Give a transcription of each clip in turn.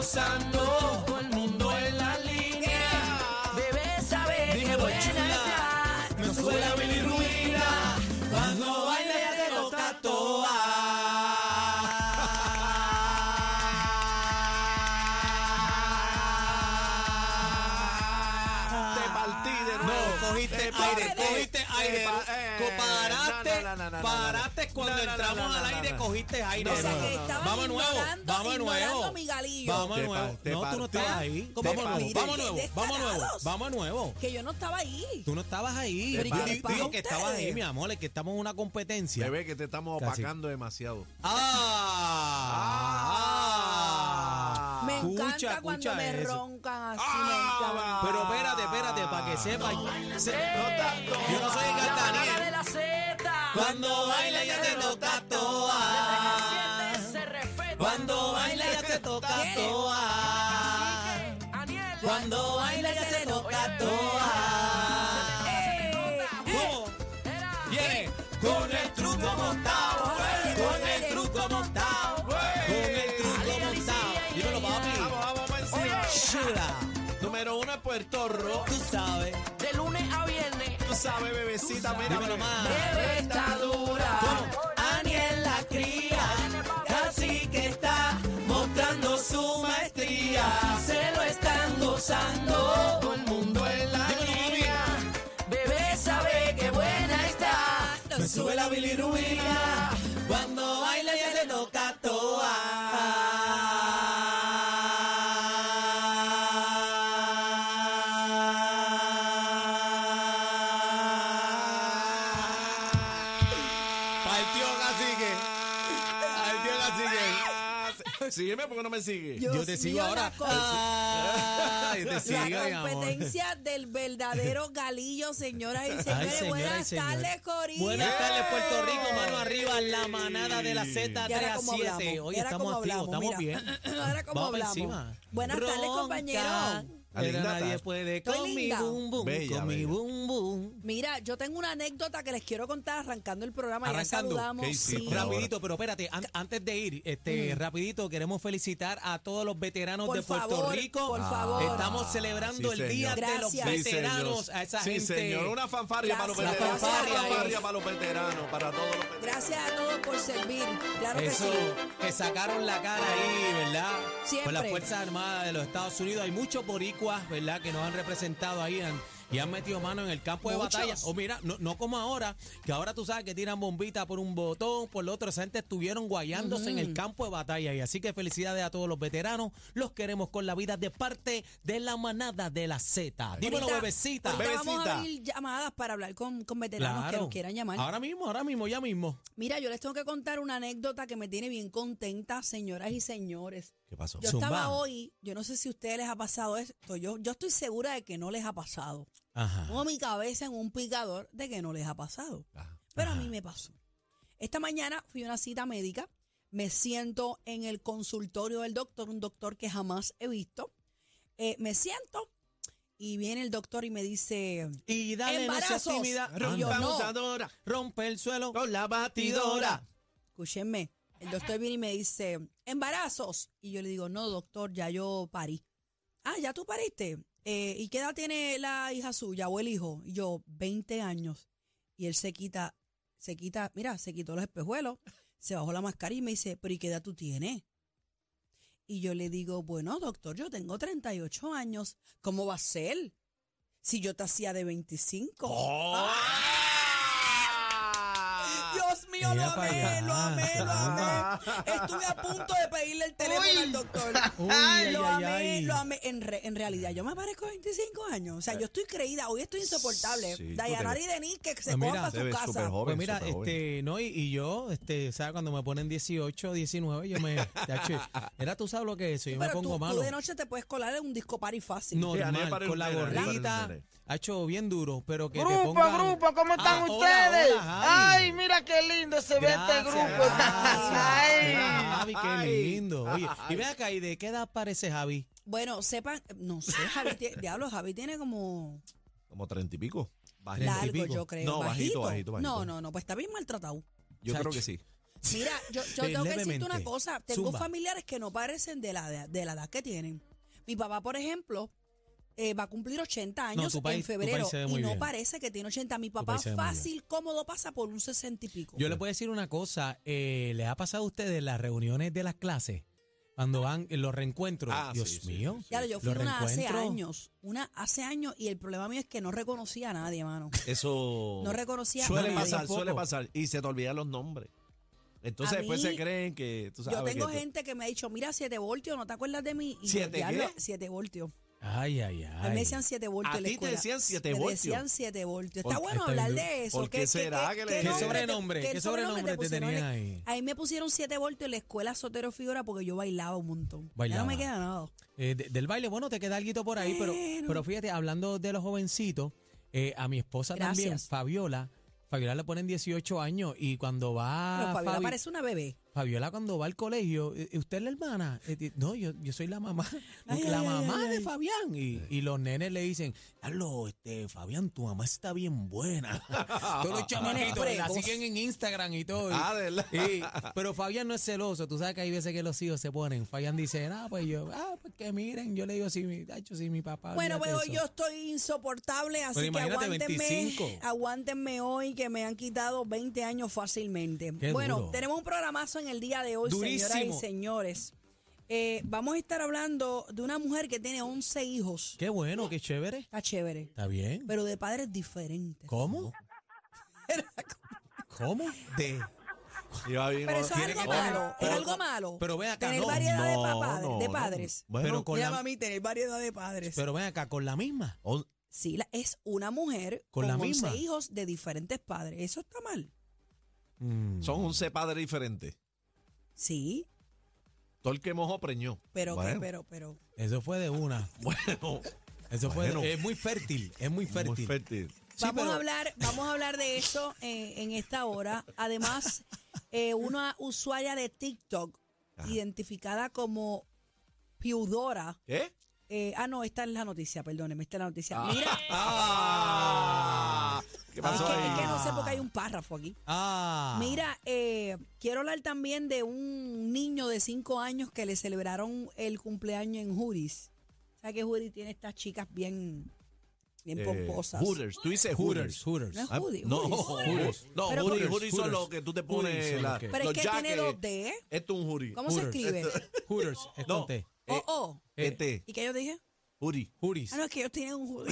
gozando, todo el mundo en la línea. Bebé sabe que buena está, me sube la bilirrubina. Cuando baila ya te toca toa. Te partí de nuevo. No, cogiste aire. Paraste cuando entramos al aire, cogiste aire. O sea, que estaban Vamos nuevo, ignorando- vamos ignorando nuevo. a mi Galillo. Vamos Te nuevo. te No, tú no estabas ahí. Vamos nuevo, vamos nuevo, vamos nuevo, vamos nuevo. Que yo no estaba ahí. Tú no estabas ahí. Pero ¿y qué les pasa Digo a que estabas ahí, ustedes? mi amor, es que estamos en una competencia. Bebé, que te estamos Casi. opacando demasiado. Me Escucha, encanta cuando escucha me eso. roncan así. Me encanta. Pero espérate, para que sepa. Yo no soy el La manada de Daniel. la Z. Cuando baila ya te toca toa. Se respeta. Cuando baila ya te toca ¿Qué? toa. Aniel. Cuando baila ya te toca toa. ¿Cómo? Viene con el truco montado. Con el truco montado. Con el truco montado. Dímelo, papi. Vamos encima. Chula. Número 1 es Puerto Rico. Tú sabes. De lunes a viernes. Tú sabes, bebecita, mira. Dímelo más. Bebé está dura. Aniel la cría, así que está mostrando su maestría. Se lo están gozando. Todo el mundo en la Dímelo, mami. línea. Bebé sabe que buena está. Me sube la bilirrubina. Cuando baila ya te toca Partió cacique. Partió cacique. Sígueme porque no me sigue. Dios Yo te sigo mío, ahora. la cosa- Yo te sigo, mi La amor. competencia del verdadero Galillo, señoras y señores. señoras y Buenas señores. tardes, Corillo. Buenas tardes, Puerto Rico, mano arriba, la manada de la Z Y ahora 3 a cómo 7. hablamos, Hoy y ahora estamos cómo activos, hablamos, estamos mira. bien. Ahora cómo Vamos hablamos. encima. Buenas tardes, Ronca. compañero. Pero Linda, nadie está. puede Estoy con mi linda. bum bum, Bella, con mi bella. bum bum. Mira, yo tengo una anécdota que les quiero contar arrancando el programa. Arrancando. Ya saludamos. ¿Qué hiciste Sí. ahora? Rapidito, pero espérate, antes de ir, rapidito, queremos felicitar a todos los veteranos Por de Puerto favor, Rico. por favor. Estamos celebrando Sí, el Día señor. de los Gracias. Sí, veteranos, señor. a esa Sí, gente. señor. Una fanfarria para los Gracias. veteranos. Una Una fanfarria. fanfarria para los veteranos, para todos los veteranos. Gracias a todos por servir. Claro que Eso, sí. que sacaron la cara ahí, ¿verdad? Siempre. Con las Fuerzas Armadas de los Estados Unidos. Hay muchos boricuas, ¿verdad? Que nos han representado ahí y han metido mano en el campo de Muchos. batalla. O mira, no como ahora, que ahora tú sabes que tiran bombitas por un botón, por lo otro. Esa gente estuvieron guayándose en el campo de batalla. Y así que felicidades a todos los veteranos. Los queremos con la vida de parte de la manada de la Z. Dímelo, Ahorita- bebecita. ahorita vamos Bebecita. a abrir llamadas para hablar con veteranos que nos quieran llamar. Ahora mismo, ya mismo. Mira, yo les tengo que contar una anécdota que me tiene bien contenta, señoras y señores. ¿Qué pasó? Yo Zumba. estaba hoy, yo no sé si a ustedes les ha pasado esto, yo estoy segura de que no les ha pasado. Ajá. Pongo mi cabeza en un picador de que no les ha pasado. Ajá. Pero a mí me pasó. Esta mañana fui a una cita médica, me siento en el consultorio del doctor, un doctor que jamás he visto. Me siento y viene el doctor y me dice, Y dale, no seas Embarazos. tímida. Y yo, Anda, no. abusadora. Rompe el suelo Con la batidora. escúchenme, el doctor viene y me dice, embarazos. Y yo le digo, no, doctor, ya yo parí. Ah, ¿ya tú pariste? ¿Y qué edad tiene la hija suya o el hijo? Y yo, 20 años. Y él se quita, mira, se quitó los espejuelos, se bajó la mascarilla y me dice, ¿pero y qué edad tú tienes? Y yo le digo, bueno, doctor, yo tengo 38 años. ¿Cómo va a ser? Si yo te hacía de 25. Dios mío, lo Mira pa' amé, allá, lo amé, lo caramba. amé. Estuve a punto de pedirle el teléfono al doctor. Uy, ay, lo ay, amé, ay. lo amé. En realidad, yo me parezco a 25 años. O sea, yo estoy creída. Hoy estoy insoportable. Sí, tú Dayanari te- Denis, que se Pues mira, coja para te su ves súper casa. joven. Pues mira, superjoven. no, y yo, ¿sabes? Cuando me ponen 18, 19, yo me, tacho, era tú sabes lo que es eso, yo me Pero pongo tú malo. de noche te puedes colar en un disco party fácil. Sí, Aniel Normal, para con la un nene, para un gorrita, nene. ha hecho bien duro, pero que te Grupo, pongan... grupo, ¿cómo están Ah, hola, ustedes? hola, Javi. Ay, mira qué lindo se ve este grupo. Gracias, Ay. mira, Javi, qué Ay. lindo. Oye, y ve acá, ¿y de qué edad parece Javi? Bueno, sepan, no sé, diablo, Javi tiene como Como 30 y pico. Treinta y largo, pico. yo creo. No, bajito, bajito. bajito, bajito. No, pues está bien maltratado. Yo creo que sí. Mira, yo tengo que decirte levemente. una cosa. Tengo Zumba. familiares que no parecen de la edad que tienen. Mi papá, por ejemplo, va a cumplir 80 años tu país- en tu febrero país se ve y muy no bien. parece que tiene 80. Mi papá país se ve muy fácil, cómodo, pasa por un 60 y pico. Yo le puedo decir una cosa, ¿les ha pasado a ustedes en las reuniones de las clases? Cuando van en los reencuentros, Ah, Dios sí, sí, mío. sí, sí. Claro, yo fui Los una hace reencuentros. años y el problema mío es que no reconocía a nadie, mano. Eso No reconocía suele a nadie. pasar, suele Tampoco. pasar. Y se te olvidan los nombres. Entonces A después mí, se creen que tú sabes Yo tengo que tú- gente que me ha dicho, mira, 7 voltios, ¿no te acuerdas de mí? Y yo, ¿Siete "Diablo, qué? 7 voltios. Ay, ay, A mí ay. me decían 7 voltios ¿A en la ti te escuela. decían 7 Me voltios? decían 7 voltios. ¿Por Está qué? bueno Está hablar bien. de eso. ¿Por qué será que le- ¿Qué nombre sobrenombre? ¿Qué sobrenombre te pusieron? tenían ahí? Ahí me pusieron 7 voltios en la escuela Sotero Figuera porque yo bailaba un montón. Ya Bailaba. no me queda nada. Del baile, bueno, te queda algo por ahí, Bueno. pero fíjate, hablando de los jovencitos, a mi esposa también, Gracias. Fabiola le ponen 18 años y cuando va Pero Fabiola Fabi- parece una bebé. Fabiola cuando va al colegio, ¿usted es la hermana? No, yo soy la mamá. Ay, la ay, mamá ay, de ay. Fabián. Y los nenes le dicen, Carlos, Fabián, tu mamá está bien buena. Todos los chamaquitos la fregos. siguen en Instagram y todo. Ah, de verdad. Pero Fabián no es celoso. Tú sabes que hay veces que los hijos se ponen. Fabián dice, pues que miren. Yo le digo, sí, mi papá. Bueno, olvídate pero de eso". yo estoy insoportable, así Pero que imagínate, 25. aguántenme hoy que me han quitado 20 años fácilmente. Qué Bueno, duro. tenemos un programazo en el día de hoy, señoras y Durísimo. señores. Vamos a estar hablando de una mujer que tiene 11 hijos. Qué bueno, qué chévere. Está chévere, Está bien. pero de padres diferentes. ¿Cómo? ¿Cómo? Iba bien, Pero eso es Tiene algo que tener- malo, es algo malo. Pero ve acá, tener no, variedad de, no, padres, no, de no. padres. Bueno, Pero con Mira, la, mami, tener variedad de padres. pero ven acá, con la misma. Sí, es una mujer ¿Con con la 11 misma? hijos de diferentes padres. Eso está mal. son 11 padres diferentes. Sí, Todo el que mojó preñó. pero Bueno, pero. Eso fue de una. Bueno, Eso fue Bueno. es muy fértil, es muy fértil. muy fértil. Sí, vamos pero- a hablar de eso en esta hora. Además, una usuaria de TikTok identificada como Piudora. ¿Qué? No, esta es la noticia, perdóneme, esta es la noticia. Mira, ¿Qué pasó es ahí? que no sé por qué hay un párrafo aquí. Mira, quiero hablar también de un niño de 5 años que le celebraron el cumpleaños en Juris. O sea que Juris tiene estas chicas bien pomposas. Hooters, tú dices Hooters. Hooters. No es Ah, Hooters, no, Hooters. no, Pero Hooters, Hooters, Hooters son Hooters. los que tú te Hooters pones son la, los que- Pero los es que tiene jackets. 2D, ¿eh? Esto es un hoodie. ¿Cómo se Hooters. escribe? Hooters, es No. con T. Oh. Este, ¿Y qué yo dije? hoodie. Hooters. Ah, no, es que ellos tienen un Hooters.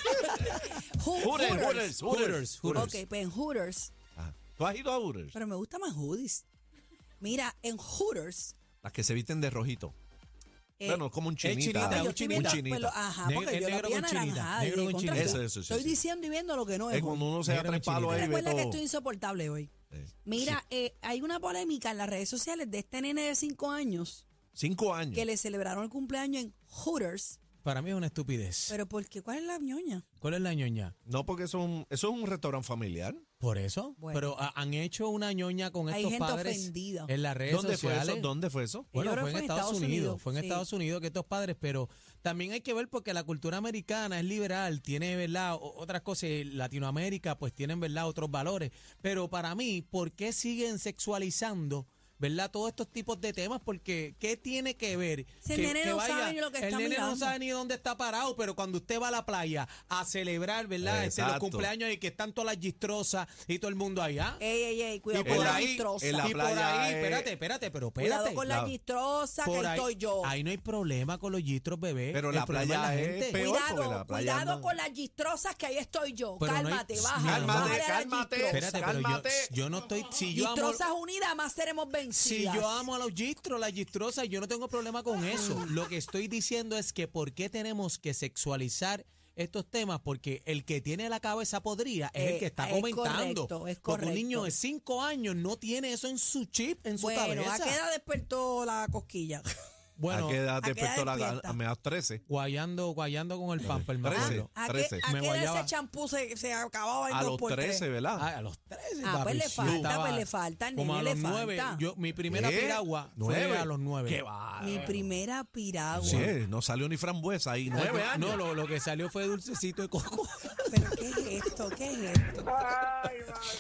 Hooters. Hooters. Ok, pues en Hooters. Ajá. ¿Tú has ido a Hooters? Pero me gusta más Hoodies. Mira, en Hooters. Las que se visten de rojito. eh, Bueno, como un chinita. chinita, yo un estoy chinita. viendo, pues, ajá, Negro- porque es yo la negro vi con chinita, anaranjada. negro y con contra- chinita. Eso, eso, Estoy sí. diciendo y viendo lo que no es. Es cuando hoy. uno se da Negro tres con palos ahí y ve Recuerda que todo. estoy insoportable hoy. Sí. Mira, hay una polémica en las redes sociales de este nene de 5 años 5 años. que le celebraron el cumpleaños en Hooters. Para mí es una estupidez. Pero ¿por qué? ¿Cuál es la ñoña? ¿Cuál es la ñoña? No, porque eso es un restaurante familiar. Por eso. Bueno. Pero han hecho una ñoña con Hay estos gente padres ofendida. en las redes ¿Dónde fue sociales. eso? ¿Dónde fue eso? Bueno, Yo creo fue que en Estados Unidos. Fue en sí. Estados Unidos que estos padres, pero también hay que ver porque la cultura americana es liberal, tiene, ¿verdad? Otras cosas. Latinoamérica, pues tienen, ¿verdad? Otros valores. Pero para mí, ¿por qué siguen sexualizando, ¿verdad? Todos estos tipos de temas, porque ¿qué tiene que ver? Si el nene no sabe ni lo que el está nene no mirando. sabe ni dónde está parado, pero cuando usted va a la playa a celebrar, ¿verdad? Los Exacto. cumpleaños y que están todas las gistrosas y todo el mundo allá. Ey, cuidado Y con por la ahí, gistrosa. en la y por playa ahí, es- espérate, pero Cuidado espérate. con la gistrosa que Por ahí, estoy yo. ahí no hay problema con los gistros, bebé. Pero El la problema playa la es gente. peor. porque Cuidado, la playa cuidado anda- con las gistrosas que ahí estoy yo. Pero no hay- Cálmate, baja. Cálmate, bájale a la cálmate. gistrosa. Espérate, pero Cálmate. yo no estoy. Si yo amo, Gistrosas unidas más seremos si vencidas. yo amo a los gistros, las gistrosas, yo no tengo problema con eso. Lo que estoy diciendo es que ¿por qué tenemos que sexualizar estos temas? Porque el que tiene la cabeza podrida es el que está es comentando. correcto, es Porque un niño correcto. de 5 años no tiene eso en su chip, en su Bueno, cabeza. ¿a qué edad despertó la cosquilla? Bueno, ¿A qué edad ¿a qué edad despertó la despierta? a menos 13? guayando con el pamper, me 13. acuerdo. ¿A qué, 13. a Me qué edad guayaba. ese champú se acababa en A 2 los por 13, 3? ¿verdad? Ah, a los 13. Ah, pues le papi, falta, estaba pues le falta, al como nene a le los 9. falta. Mi primera ¿Qué? piragua ¿9? fue a los 9. ¿Qué va? Mi primera piragua. Sí, no salió ni frambuesa ahí, 9 años. No, lo que salió fue dulcecito de coco. ¿Pero qué es esto? ¿Qué es esto?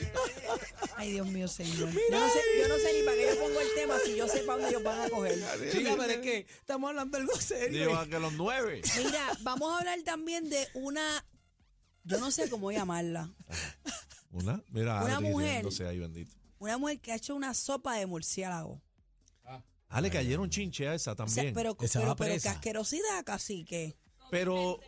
Ay, Dios mío, señor. Yo no sé ni para qué yo pongo el tema si yo sé para dónde ellos van a coger. Chica, pero es que estamos hablando de algo serio. Digo, que los 9. Mira, vamos a hablar también de una, yo no sé cómo llamarla, Mira, Una Adri mujer. riéndose ahí, bendito. una mujer que ha hecho una sopa de murciélago. Le cayeron chinche a esa O sea, también. pero Esa va qué presa. asquerosidad, cacique. Pero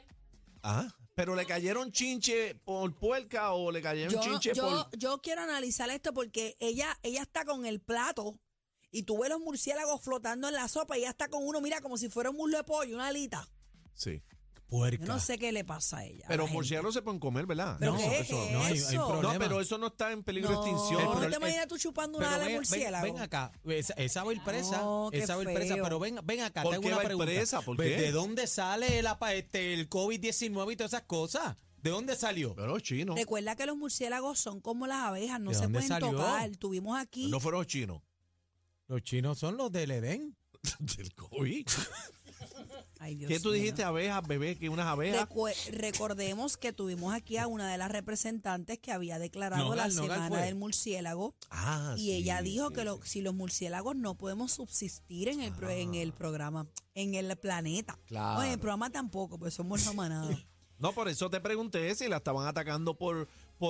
le cayeron chinche por puerca o le cayeron chinche por... Yo quiero analizar esto porque ella está con el plato y tú ves los murciélagos flotando en la sopa y ella está con uno, mira, como si fuera un muslo de pollo, una alita. Sí. Puerca. Yo no sé qué le pasa a ella. Pero a la gente. murciélagos se pueden comer, ¿verdad? ¿Pero No, qué eso, es no hay eso? problema. No, pero eso no está en peligro de extinción. No, pero ¿te el- imaginas tú chupando una Pero ala de ven, murciélago? ven acá, esa va a ir presa, No, qué esa va a ir presa, feo. pero ven acá, ¿Por tengo qué una va a ir pregunta. presa? ¿Por Pues, qué? ¿de dónde sale el COVID-19 y todas esas cosas? ¿De dónde salió? Pero chinos. Recuerda que los murciélagos son como las abejas, no ¿De se dónde pueden salió? tocar. Tuvimos aquí. No fueron chinos. Los chinos son los del Edén. Del COVID. Ay, Dios ¿Qué tú mío. dijiste, abejas, bebé? Que unas abejas. Recordemos que tuvimos aquí a una de las representantes que había declarado la Nogal semana fue. del murciélago y Sí, ella dijo sí, que sí. si los murciélagos no podemos subsistir en el programa, en el planeta. Claro. No, en el programa tampoco, pues somos la manada. No, por eso te pregunté si la estaban atacando por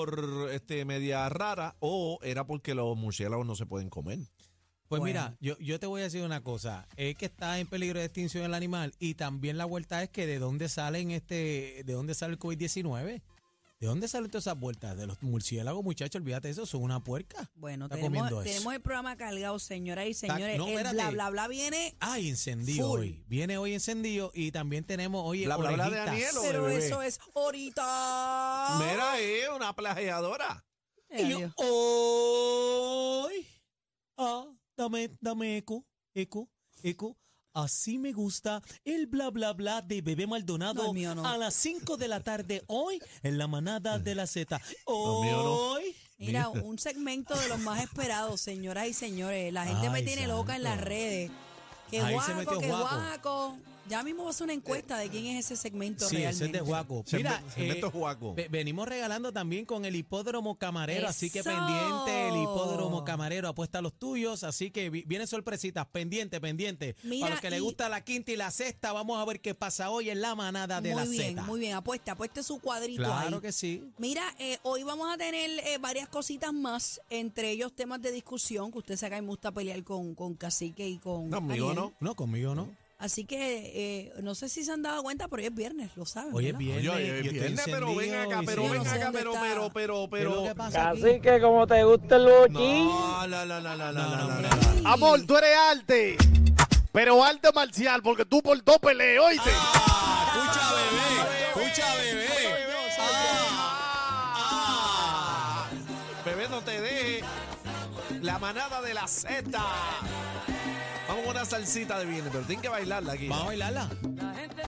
media rara o era porque los murciélagos no se pueden comer. Pues Bueno. mira, yo te voy a decir una cosa, es que está en peligro de extinción el animal y también la vuelta es que de dónde sale el COVID-19. ¿De dónde salen todas esas vueltas? De los murciélagos, muchachos, olvídate de eso, son una puerca. Bueno, Está comiendo eso. tenemos el programa cargado, señoras y señores. no, el espérate. bla, bla, bla viene. Ay, encendido Full. hoy. Viene hoy encendido y también tenemos hoy Bla, bla, bla de orejitas. Daniel, ¿o? Pero bebé. eso es ahorita. Mira, una plagiadora. Eh, Y yo, adiós. hoy, dame eco. Así me gusta el bla bla bla de Bebé Maldonado No, el mío no. a las 5 de la tarde hoy en la manada de la Z. No, mío no. Hoy. Mira, un segmento de los más esperados, señoras y señores. La gente me Ay, tiene loca en las santo. redes. Que Ahí se metió guaco, que Guaco. guaco. Ya mismo va a hacer una encuesta de quién es ese segmento Sí, ese es realmente. de Juaco. Mira, Segmento Juaco. venimos regalando también con el hipódromo camarero, así que ¡Eso! pendiente, el hipódromo camarero apuesta a los tuyos, así que vienen sorpresitas, pendiente. Mira, Para los que les y- gusta la quinta y la sexta, vamos a ver qué pasa hoy en la manada de la Z. Muy bien, apueste su cuadrito Claro ahí. que sí. Mira, hoy vamos a tener varias cositas más, entre ellos temas de discusión, que usted sabe que me gusta pelear con Cacique y con No, amigo, Ariel. no. No, conmigo no. Así que no sé si se han dado cuenta, pero hoy es viernes, lo saben. Hoy es ¿verdad? viernes. Oye, yo estoy viernes, pero ven encendido acá, y pero sí. yo ven no sé acá, dónde está. pero, ¿Qué es lo que pasa aquí? Así que como te gusta el boquín. No, hombre. Amor, tú eres arte. Pero arte marcial, porque tú por dos peleas, oíste. Escucha, bebé. Bebé, no te deje. La manada de la Z. Vamos con una salsita de viernes, pero tienen que bailarla aquí. Vamos a bailarla.